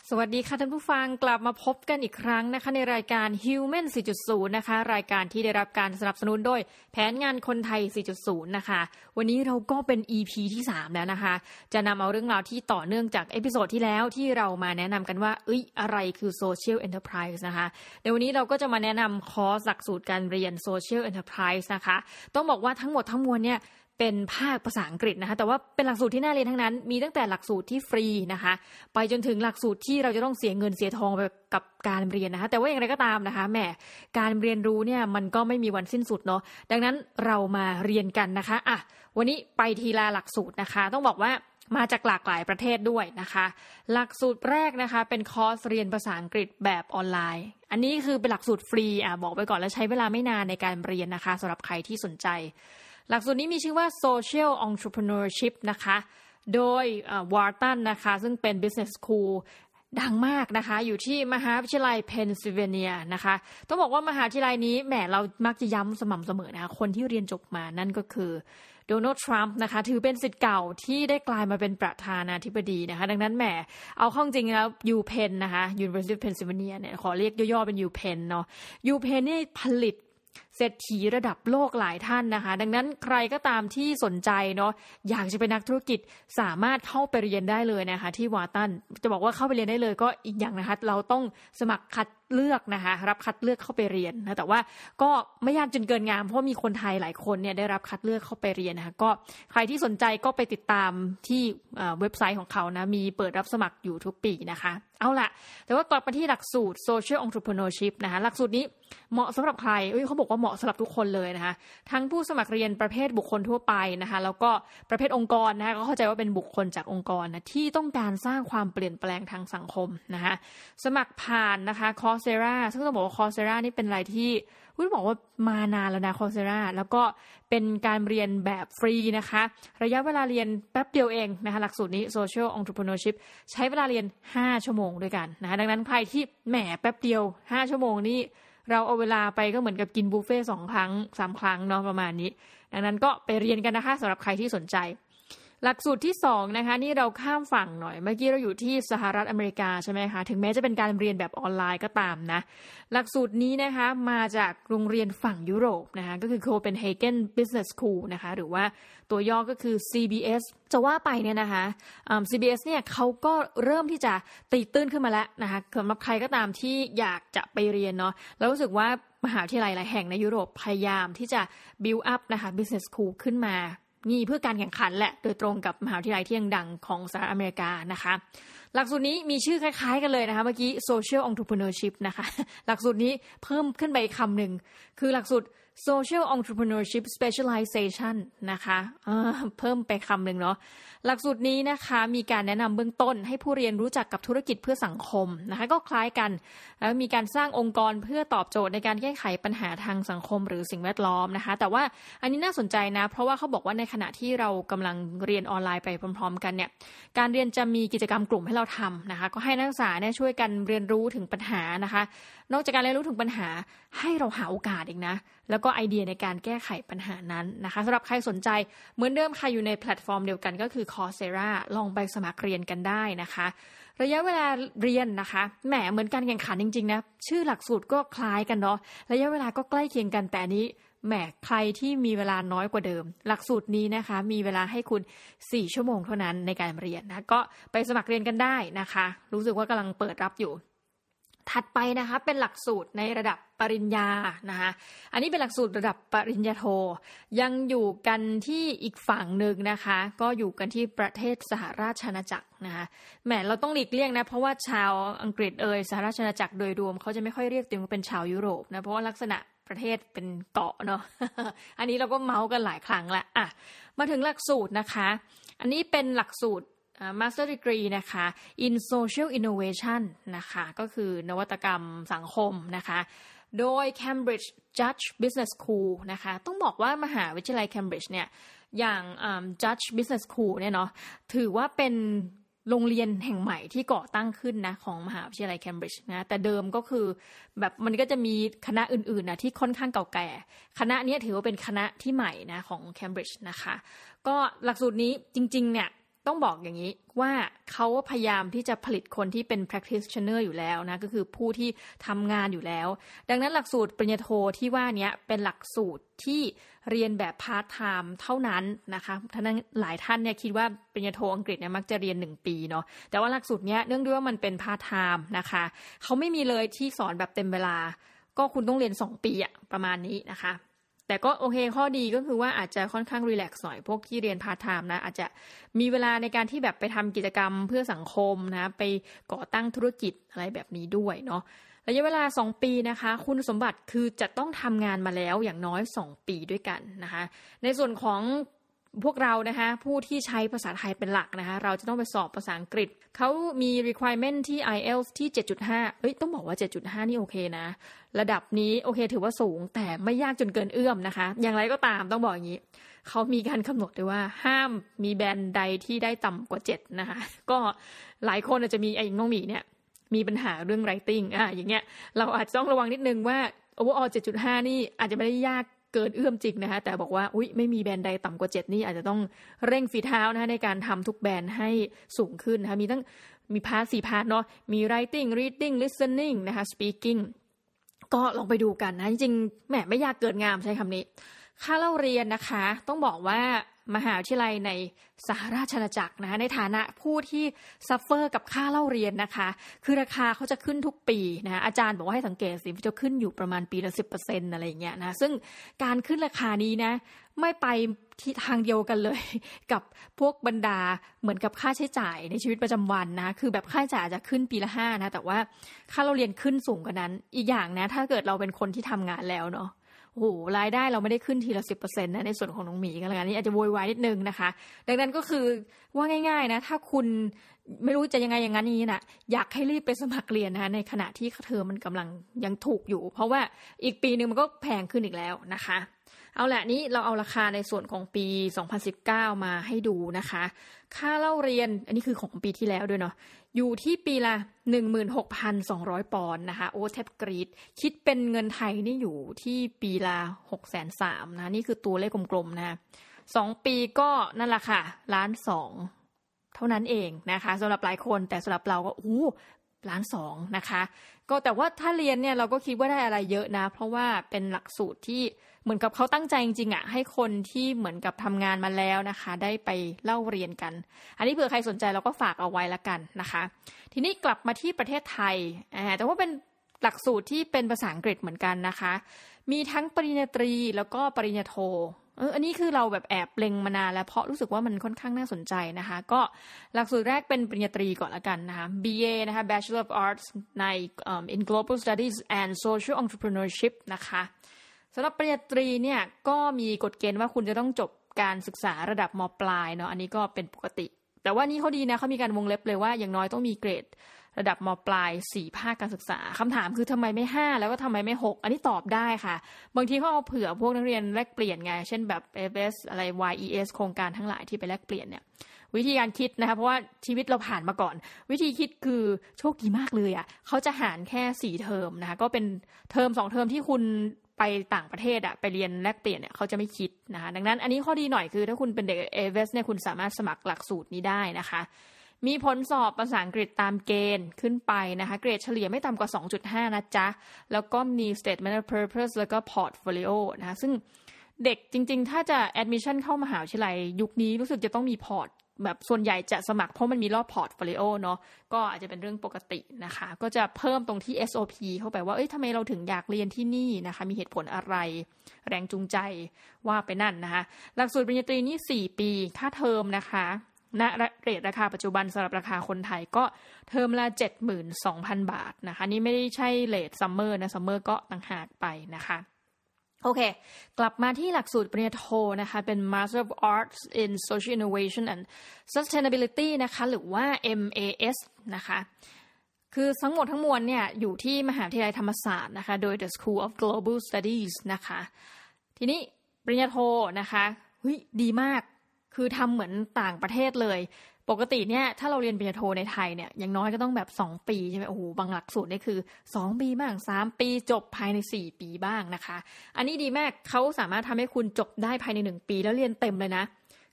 สวัสดีค่ะท่านผู้ฟังกลับมาพบกันอีกครั้งนะคะในรายการ Human 4.0 นะคะรายการที่ได้รับการสนับสนุนโดยแผนงานคนไทย 4.0 นะคะวันนี้เราก็เป็น EP ที่ 3 แล้วนะคะจะนำเอาเรื่องราวที่ต่อเนื่องจากเอพิโซดที่แล้วที่เรามาแนะนำกันว่าอะไรคือ Social Enterprise นะคะในวันนี้เราก็จะมาแนะนำคอร์สหลักสูตรการเรียน Social Enterprise นะคะต้องบอกว่าทั้งหมดทั้งมวลเนี่ยเป็นภาคภาษาอังกฤษนะคะแต่ว่าเป็นหลักสูตรที่น่าเรียนทั้งนั้นมีตั้งแต่หลักสูตรที่ฟรีนะคะไปจนถึงหลักสูตรที่เราจะต้องเสียเงินเสียทองไปกับการเรียนนะคะแต่ว่าอย่างไรก็ตามนะคะแหมการเรียนรู้เนี่ยมันก็ไม่มีวันสิ้นสุดเนาะดังนั้นเรามาเรียนกันนะคะวันนี้ไปทีละหลักสูตรนะคะต้องบอกว่ามาจากหลากหลายประเทศด้วยนะคะหลักสูตรแรกนะคะเป็นคอร์สเรียนภาษาอังกฤษแบบออนไลน์อันนี้คือเป็นหลักสูตรฟรีบอกไปก่อนแล้วใช้เวลาไม่นานในการเรียนนะคะสำหรับใครที่สนใจหลักสูตรนี้มีชื่อว่า Social Entrepreneurship นะคะโดยวาร์ตันนะคะซึ่งเป็น Business School ดังมากนะคะอยู่ที่มหาวิทยาลัยเพนซิลเวเนียนะคะต้องบอกว่ามหาวิทยาลัยนี้แหมเรามักจะย้ำสม่ำเสมอนะคะคนที่เรียนจบมานั่นก็คือโดนัลด์ทรัมป์นะคะถือเป็นศิษย์เก่าที่ได้กลายมาเป็นประธานาธิบดีนะคะดังนั้นแหมเอาเข้าจริงแล้วยูเพนนะคะ University of Pennsylvania เนี่ยขอเรียกย่อๆเป็นยูเพนเนาะยูเพนนี่ผลิตเศรษฐีระดับโลกหลายท่านนะคะดังนั้นใครก็ตามที่สนใจเนาะอยากจะเป็นนักธุรกิจสามารถเข้าไปเรียนได้เลยนะคะที่วาร์ตันจะบอกว่าเข้าไปเรียนได้เลยก็อีกอย่างนะคะเราต้องสมัครคัดเลือกนะคะรับคัดเลือกเข้าไปเรียนนะแต่ว่าก็ไม่ยากจนเกินงามเพราะมีคนไทยหลายคนเนี่ยได้รับคัดเลือกเข้าไปเรียนนะคะก็ใครที่สนใจก็ไปติดตามที่เว็บไซต์ของเขานะมีเปิดรับสมัครอยู่ทุกปีนะคะเอาล่ะแต่ว่ากลับมาที่หลักสูตร Social Entrepreneurship นะคะหลักสูตรนี้เหมาะสำหรับใครเขาบอกว่าเหมาะสำหรับทุกคนเลยนะคะทั้งผู้สมัครเรียนประเภทบุคคลทั่วไปนะคะแล้วก็ประเภทองค์กรนะคะก็เข้าใจว่าเป็นบุคคลจากองค์กรนะที่ต้องการสร้างความเปลี่ยนแปลงทางสังคมนะคะสมัครผ่านนะคะ Coursera ซึ่งต้องบอกว่า Coursera นี่เป็นอะไรที่ต้องบอกว่ามานานแล้วนะ Coursera แล้วก็เป็นการเรียนแบบฟรีนะคะระยะเวลาเรียนแป๊บเดียวเองนะคะหลักสูตรนี้ Social Entrepreneurship ใช้เวลาเรียน5ชั่วโมงด้วยกันนะคะดังนั้นใครที่แหมแป๊บเดียว5ชั่วโมงนี่เราเอาเวลาไปก็เหมือนกับกินบุฟเฟ่ต์2ครั้ง3ครั้งเนาะประมาณนี้ดังนั้นก็ไปเรียนกันนะคะสำหรับใครที่สนใจหลักสูตรที่2นะคะนี่เราข้ามฝั่งหน่อยเมื่อกี้เราอยู่ที่สหรัฐอเมริกาใช่ไหมคะถึงแม้จะเป็นการเรียนแบบออนไลน์ก็ตามนะหลักสูตรนี้นะคะมาจากโรงเรียนฝั่งยุโรปนะคะก็คือ Copenhagen Business School นะคะหรือว่าตัวย่อก็คือ CBS จะว่าไปเนี่ยนะคะCBS เนี่ยเขาก็เริ่มที่จะตีตื้นขึ้นมาแล้วนะคะสำหรับใครก็ตามที่อยากจะไปเรียนเนาะแล้วรู้สึกว่ามหาวิทยาลัยหลายแห่งในยุโรปพยายามที่จะ build up นะคะ Business School ขึ้นมานี่เพื่อการแข่งขันแหละโดยตรงกับมหาวิทยาลัยที่ดังของสหรัฐอเมริกานะคะหลักสูตรนี้มีชื่อคล้ายๆกันเลยนะคะเมื่อกี้ Social Entrepreneurship นะคะหลักสูตรนี้เพิ่มขึ้นไปอีกคำหนึ่งคือหลักสูตร Social Entrepreneurship Specialization นะคะเพิ่มไปคำหนึ่งเนาะหลักสูตรนี้นะคะมีการแนะนำเบื้องต้นให้ผู้เรียนรู้จักกับธุรกิจเพื่อสังคมนะคะก็คล้ายกันแล้วมีการสร้างองค์กรเพื่อตอบโจทย์ในการแก้ไขปัญหาทางสังคมหรือสิ่งแวดล้อมนะคะแต่ว่าอันนี้น่าสนใจนะเพราะว่าเขาบอกว่าในขณะที่เรากำลังเรียนออนไลน์ไปพร้อมๆกันเนี่ยการเรียนจะมีกิจกรรมกลุ่มให้เราทำนะคะก็ให้นักศึกษาเนี่ยช่วยกันเรียนรู้ถึงปัญหานะคะนอกจากการเรียนรู้ถึงปัญหาให้เราหาโอกาสอีกนะแล้วก็ไอเดียในการแก้ไขปัญหานั้นนะคะสำหรับใครสนใจเหมือนเดิมค่ะอยู่ในแพลตฟอร์มเดียวกันก็คือ Coursera ลองไปสมัครเรียนกันได้นะคะระยะเวลาเรียนนะคะแหมเหมือนการแข่งขันจริงๆนะชื่อหลักสูตรก็คล้ายกันเนาะระยะเวลาก็ใกล้เคียงกันแต่นี้แหมใครที่มีเวลาน้อยกว่าเดิมหลักสูตรนี้นะคะมีเวลาให้คุณ4ชั่วโมงเท่านั้นในการเรียนนะก็ไปสมัครเรียนกันได้นะคะรู้สึกว่ากำลังเปิดรับอยู่ถัดไปนะคะเป็นหลักสูตรในระดับปริญญานะคะอันนี้เป็นหลักสูตรระดับปริญญาโทยังอยู่กันที่อีกฝั่งหนึ่งนะคะก็อยู่กันที่ประเทศสหราชอาณาจักรนะคะแหมเราต้องหลีกเลี่ยงนะเพราะว่าชาวอังกฤษสหราชอาณาจักรโดยรวมเขาจะไม่ค่อยเรียกตัวเองว่าเป็นชาวยุโรปนะเพราะว่าลักษณะประเทศเป็นเกาะเนาะ อันนี้เราก็เมาส์กันหลายครั้งละมาถึงหลักสูตรนะคะอันนี้เป็นหลักสูตรMaster Degree นะคะ in Social Innovation นะคะก็คือนวัตกรรมสังคมนะคะโดย Cambridge Judge Business School นะคะต้องบอกว่ามหาวิทยาลัย Cambridge เนี่ยอย่าง Judge Business School เนี่ยเนาะถือว่าเป็นโรงเรียนแห่งใหม่ที่ก่อตั้งขึ้นนะของมหาวิทยาลัย Cambridge นะแต่เดิมก็คือแบบมันก็จะมีคณะอื่นๆนะที่ค่อนข้างเก่าแก่คณะนี้ถือว่าเป็นคณะที่ใหม่นะของ Cambridge นะคะก็หลักสูตรนี้จริงๆเนี่ยต้องบอกอย่างนี้ว่าเขาพยายามที่จะผลิตคนที่เป็น practitioner อยู่แล้วนะก็คือผู้ที่ทำงานอยู่แล้วดังนั้นหลักสูตรปริญญาโทที่ว่านี้เป็นหลักสูตรที่เรียนแบบพาร์ทไทม์เท่านั้นนะคะท่านหลายท่านเนี่ยคิดว่าปริญญาโทอังกฤษเนี่ยมักจะเรียน1ปีเนาะแต่ว่าหลักสูตรเนี้ยเนื่องด้วยว่ามันเป็นพาร์ทไทม์นะคะเขาไม่มีเลยที่สอนแบบเต็มเวลาก็คุณต้องเรียน2ปีอะประมาณนี้นะคะแต่ก็โอเคข้อดีก็คือว่าอาจจะค่อนข้างรีแลกซ์หน่อยพวกที่เรียนพาร์ทไทม์นะอาจจะมีเวลาในการที่แบบไปทำกิจกรรมเพื่อสังคมนะไปก่อตั้งธุรกิจอะไรแบบนี้ด้วยเนาะระยะเวลา2ปีนะคะคุณสมบัติคือจะต้องทำงานมาแล้วอย่างน้อย2ปีด้วยกันนะคะในส่วนของพวกเรานะคะผู้ที่ใช้ภาษาไทยเป็นหลักนะคะเราจะต้องไปสอบภาษาอังกฤษเขามี requirement ที่ IELTS ที่ 7.5 ต้องบอกว่า 7.5 นี่โอเคนะระดับนี้โอเคถือว่าสูงแต่ไม่ยากจนเกินเอื้อมนะคะอย่างไรก็ตามต้องบอกอย่างนี้เขามีการกำหนดด้วยว่าห้ามมีแบนด์ใดที่ได้ต่ำกว่า7นะคะก็หลายคนอาจจะมีอย่างน้องหมีเนี่ยมีปัญหาเรื่อง writing อย่างเงี้ยเราอาจจะต้องระวังนิดนึงว่า overall 7.5 นี่อาจจะไม่ได้ยากเกินเอื้อมจริงนะคะแต่บอกว่าไม่มีแบนด์ใดต่ำกว่า7นี่อาจจะต้องเร่งฝีเท้านะคะในการทำทุกแบนด์ให้สูงขึ้นนะคะมีพาร์ท4พาร์ทเนาะมี writing reading listening นะคะ speaking ก็ลองไปดูกันนะจริงๆแหมไม่ยากเกินงามใช้คำนี้ค่าเล่าเรียนนะคะต้องบอกว่ามหาวิทยาลัยในสหราชอาณาจักรนะคะในฐานะผู้ที่ซัฟเฟอร์กับค่าเล่าเรียนนะคะคือราคาเขาจะขึ้นทุกปีนะคะอาจารย์บอกว่าให้สังเกตสิจะขึ้นอยู่ประมาณปีละ 10% อะไรอย่างเงี้ยนะซึ่งการขึ้นราคานี้นะไม่ไปที่ทางเดียวกันเลยกับพวกบรรดาเหมือนกับค่าใช้จ่ายในชีวิตประจำวันนะคือแบบค่าใช้จ่ายจะขึ้นปีละ5นะแต่ว่าค่าเล่าเรียนขึ้นสูงกว่านั้นอีกอย่างนะถ้าเกิดเราเป็นคนที่ทำงานแล้วเนาะโอ้โหรายได้เราไม่ได้ขึ้นทีละ 10% นะในส่วนของน้องหมีกันแล้วกันนี่อาจจะโวยวายนิดนึงนะคะดังนั้นก็คือว่าง่ายๆนะถ้าคุณไม่รู้จะยังไงอย่างนั้นนี้นะอยากให้รีบไปสมัครเรียนนะคะในขณะที่เทอมมันกำลังยังถูกอยู่เพราะว่าอีกปีนึงมันก็แพงขึ้นอีกแล้วนะคะเอาละนี้เราเอาราคาในส่วนของปี2019มาให้ดูนะคะค่าเล่าเรียนอันนี้คือของปีที่แล้วด้วยเนาะอยู่ที่ปีละ 16,200 ปอนด์นะคะโอ้แทบกรีดคิดเป็นเงินไทยนี่อยู่ที่ปีละ 630,000 นะนี่คือตัวเลขกลมๆนะ2ปีก็นั่นแหละค่ะ1.2 ล้านเท่านั้นเองนะคะสำหรับหลายคนแต่สำหรับเราก็1.2 ล้านนะคะก็แต่ว่าถ้าเรียนเนี่ยเราก็คิดว่าได้อะไรเยอะนะเพราะว่าเป็นหลักสูตรที่เหมือนกับเขาตั้งใจจริงๆให้คนที่เหมือนกับทำงานมาแล้วนะคะได้ไปเล่าเรียนกันอันนี้เผื่อใครสนใจเราก็ฝากเอาไว้ละกันนะคะทีนี้กลับมาที่ประเทศไทยแต่ว่าเป็นหลักสูตรที่เป็นภาษาอังกฤษเหมือนกันนะคะมีทั้งปริญญาตรีแล้วก็ปริญญาโทอันนี้คือเราแบบแอบเล็งมานานแล้วเพราะรู้สึกว่ามันค่อนข้างน่าสนใจนะคะก็หลักสูตรแรกเป็นปริญญาตรีก่อนละกันนะคะ BA นะคะ Bachelor of Arts ใน in Global Studies and Social Entrepreneurship นะคะสำหรับปริญญาตรีเนี่ยก็มีกฎเกณฑ์ว่าคุณจะต้องจบการศึกษาระดับม.ปลายเนาะอันนี้ก็เป็นปกติแต่ว่านี่เขาดีนะเขามีการวงเล็บเลยว่าอย่างน้อยต้องมีเกรดระดับม.ปลาย4ภาคการศึกษาคำถามคือทำไมไม่5แล้วก็ทำไมไม่6อันนี้ตอบได้ค่ะบางทีเขาเอาเผื่อพวกนักเรียนแลกเปลี่ยนไงเช่นแบบ FS อะไร YES โครงการทั้งหลายที่ไปแลกเปลี่ยนเนี่ยวิธีการคิดนะคะเพราะว่าชีวิตเราผ่านมาก่อนวิธีคิดคือโชคดีมากเลยเขาจะหารแค่4เทอมนะคะก็เป็นเทอม2เทอมที่คุณไปต่างประเทศไปเรียนแลกเปลี่ยนเนี่ยเขาจะไม่คิดนะคะดังนั้นอันนี้ข้อดีหน่อยคือถ้าคุณเป็นเด็ก AFS เนี่ยคุณสามารถสมัครหลักสูตรนี้ได้นะคะมีผลสอบภาษาอังกฤษตามเกณฑ์ขึ้นไปนะคะเกรดเฉลี่ยไม่ต่ำกว่า 2.5 นะจ๊ะแล้วก็มี statement of purpose แล้วก็ portfolio นะคะซึ่งเด็กจริงๆถ้าจะ admission เข้ามหาวิทยาลัยยุคนี้รู้สึกจะต้องมีพอร์ตแบบส่วนใหญ่จะสมัครเพราะมันมีรอบ portfolio เนาะก็อาจจะเป็นเรื่องปกตินะคะก็จะเพิ่มตรงที่ SOP เข้าไปว่าทำไมเราถึงอยากเรียนที่นี่นะคะมีเหตุผลอะไรแรงจูงใจว่าไปนั่นนะคะหลักสูตรปริญญาตรีนี่4ปีค่าเทอมนะคะณเรทราคาปัจจุบันสำหรับราคาคนไทยก็เทอมละ 72,000 บาทนะคะนี่ไม่ได้ใช่เรทซัมเมอร์นะซัมเมอร์ก็ต่างหากไปนะคะโอเคกลับมาที่หลักสูตรปริญญาโทนะคะเป็น Master of Arts in Social Innovation and Sustainability นะคะหรือว่า MAS นะคะคือทั้งหมดทั้งมวลเนี่ยอยู่ที่มหาวิทยาลัยธรรมศาสตร์นะคะโดย The School of Global Studies นะคะทีนี้ปริญญาโทนะคะดีมากคือทำเหมือนต่างประเทศเลยปกติเนี่ยถ้าเราเรียนปริญญาโทในไทยเนี่ยอย่างน้อยก็ต้องแบบ2ปีใช่ไหมโอ้โหบางหลักสูตรนี่คือ2ปีบ้าง3ปีจบภายใน4ปีบ้างนะคะอันนี้ดีมากเขาสามารถทำให้คุณจบได้ภายใน1ปีแล้วเรียนเต็มเลยนะ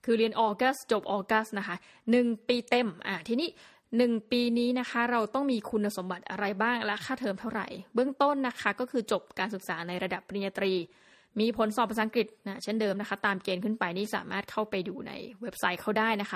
คือเรียนออกัสจบออกัสนะคะ1ปีเต็มทีนี้1ปีนี้นะคะเราต้องมีคุณสมบัติอะไรบ้างและค่าเทอมเท่าไหร่เบื้องต้นนะคะก็คือจบการศึกษาในระดับปริญญาตรีมีผลสอบภาษาอังกฤษนะเช่นเดิมนะคะตามเกณฑ์ขึ้นไปนี่สามารถเข้าไปดูในเว็บไซต์เขาได้นะคะ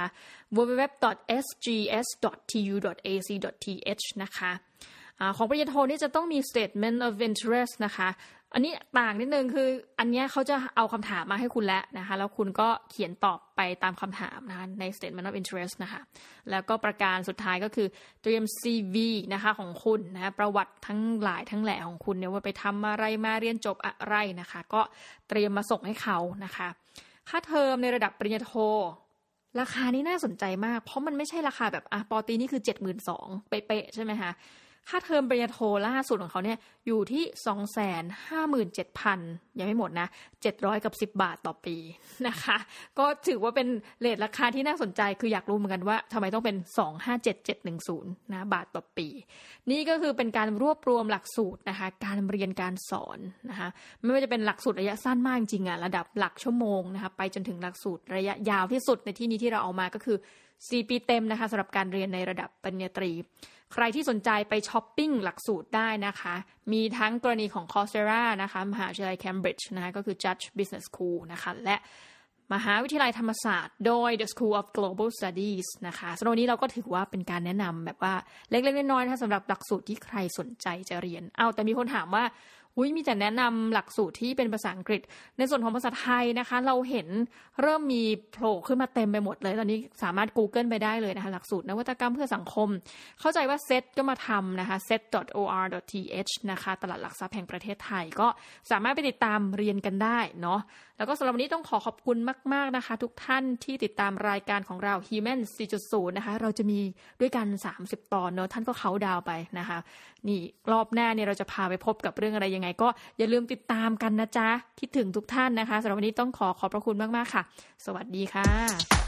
www.sgs.tu.ac.th นะคะของปริญญาโทนี่จะต้องมี statement of interest นะคะอันนี้ต่างนิดนึงคืออันนี้เขาจะเอาคำถามมาให้คุณแล้วนะคะแล้วคุณก็เขียนตอบไปตามคำถามนะคะใน statement of interest นะคะแล้วก็ประการสุดท้ายก็คือเตรียม CV นะคะของคุณนะคะประวัติทั้งหลายทั้งแหล่ของคุณเนี่ยว่าไปทำอะไรมาเรียนจบอะไรนะคะก็เตรียมมาส่งให้เขานะคะค่าเทอมในระดับปริญญาโทราคานี้น่าสนใจมากเพราะมันไม่ใช่ราคาแบบปอตรีนี่คือ 72,000 เป๊ะๆใช่ไหมคะค่าเทอมปริญญาโทล่าสุดของเขาเนี่ยอยู่ที่ 257,000 ยังไม่หมดนะ700กับ10 บาทต่อปีนะคะก็ถือว่าเป็นเรทราคาที่น่าสนใจคืออยากรู้เหมือนกันว่าทำไมต้องเป็น 257,710 นะบาทต่อปีนี่ก็คือเป็นการรวบรวมหลักสูตรนะคะการเรียนการสอนนะคะไม่ว่าจะเป็นหลักสูตรระยะสั้นมากจริงระดับหลักชั่วโมงนะคะไปจนถึงหลักสูตรระยะยาวที่สุดในที่นี้ที่เราเอามาก็คือ4 ปีเต็มนะคะสำหรับการเรียนในระดับปริญญาตรีใครที่สนใจไปช้อปปิ้งหลักสูตรได้นะคะมีทั้งกรณีของ Coursera นะคะมหาวิทยาลัย Cambridge นะคะก็คือ Judge Business School นะคะและมหาวิทยาลัยธรรมศาสตร์โดย The School of Global Studies นะคะสำหรับวันนี้เราก็ถือว่าเป็นการแนะนำแบบว่าเล็กๆน้อยๆนะคะสำหรับหลักสูตรที่ใครสนใจจะเรียนแต่มีคนถามว่ามีแต่แนะนำหลักสูตรที่เป็นภาษาอังกฤษในส่วนของภาษาไทยนะคะเราเห็นเริ่มมีโผล่ขึ้นมาเต็มไปหมดเลยตอนนี้สามารถ Google ไปได้เลยนะคะหลักสูตรนวัตกรรมเพื่อสังคมเข้าใจว่า SET ก็มาทำนะคะ set.or.th นะคะตลาดหลักทรัพย์แห่งประเทศไทยก็สามารถไปติดตามเรียนกันได้เนาะแล้วก็สำหรับวันนี้ต้องขอบคุณมากๆนะคะทุกท่านที่ติดตามรายการของเรา Human 4.0 นะคะเราจะมีด้วยกัน30 ตอนเนาะท่านก็เค้าดาวไปนะคะนี่รอบหน้าเนี่ยเราจะพาไปพบกับเรื่องอะไรยังไงก็อย่าลืมติดตามกันนะจ๊ะคิดถึงทุกท่านนะคะสำหรับวันนี้ต้องขอบพระคุณมากๆค่ะสวัสดีค่ะ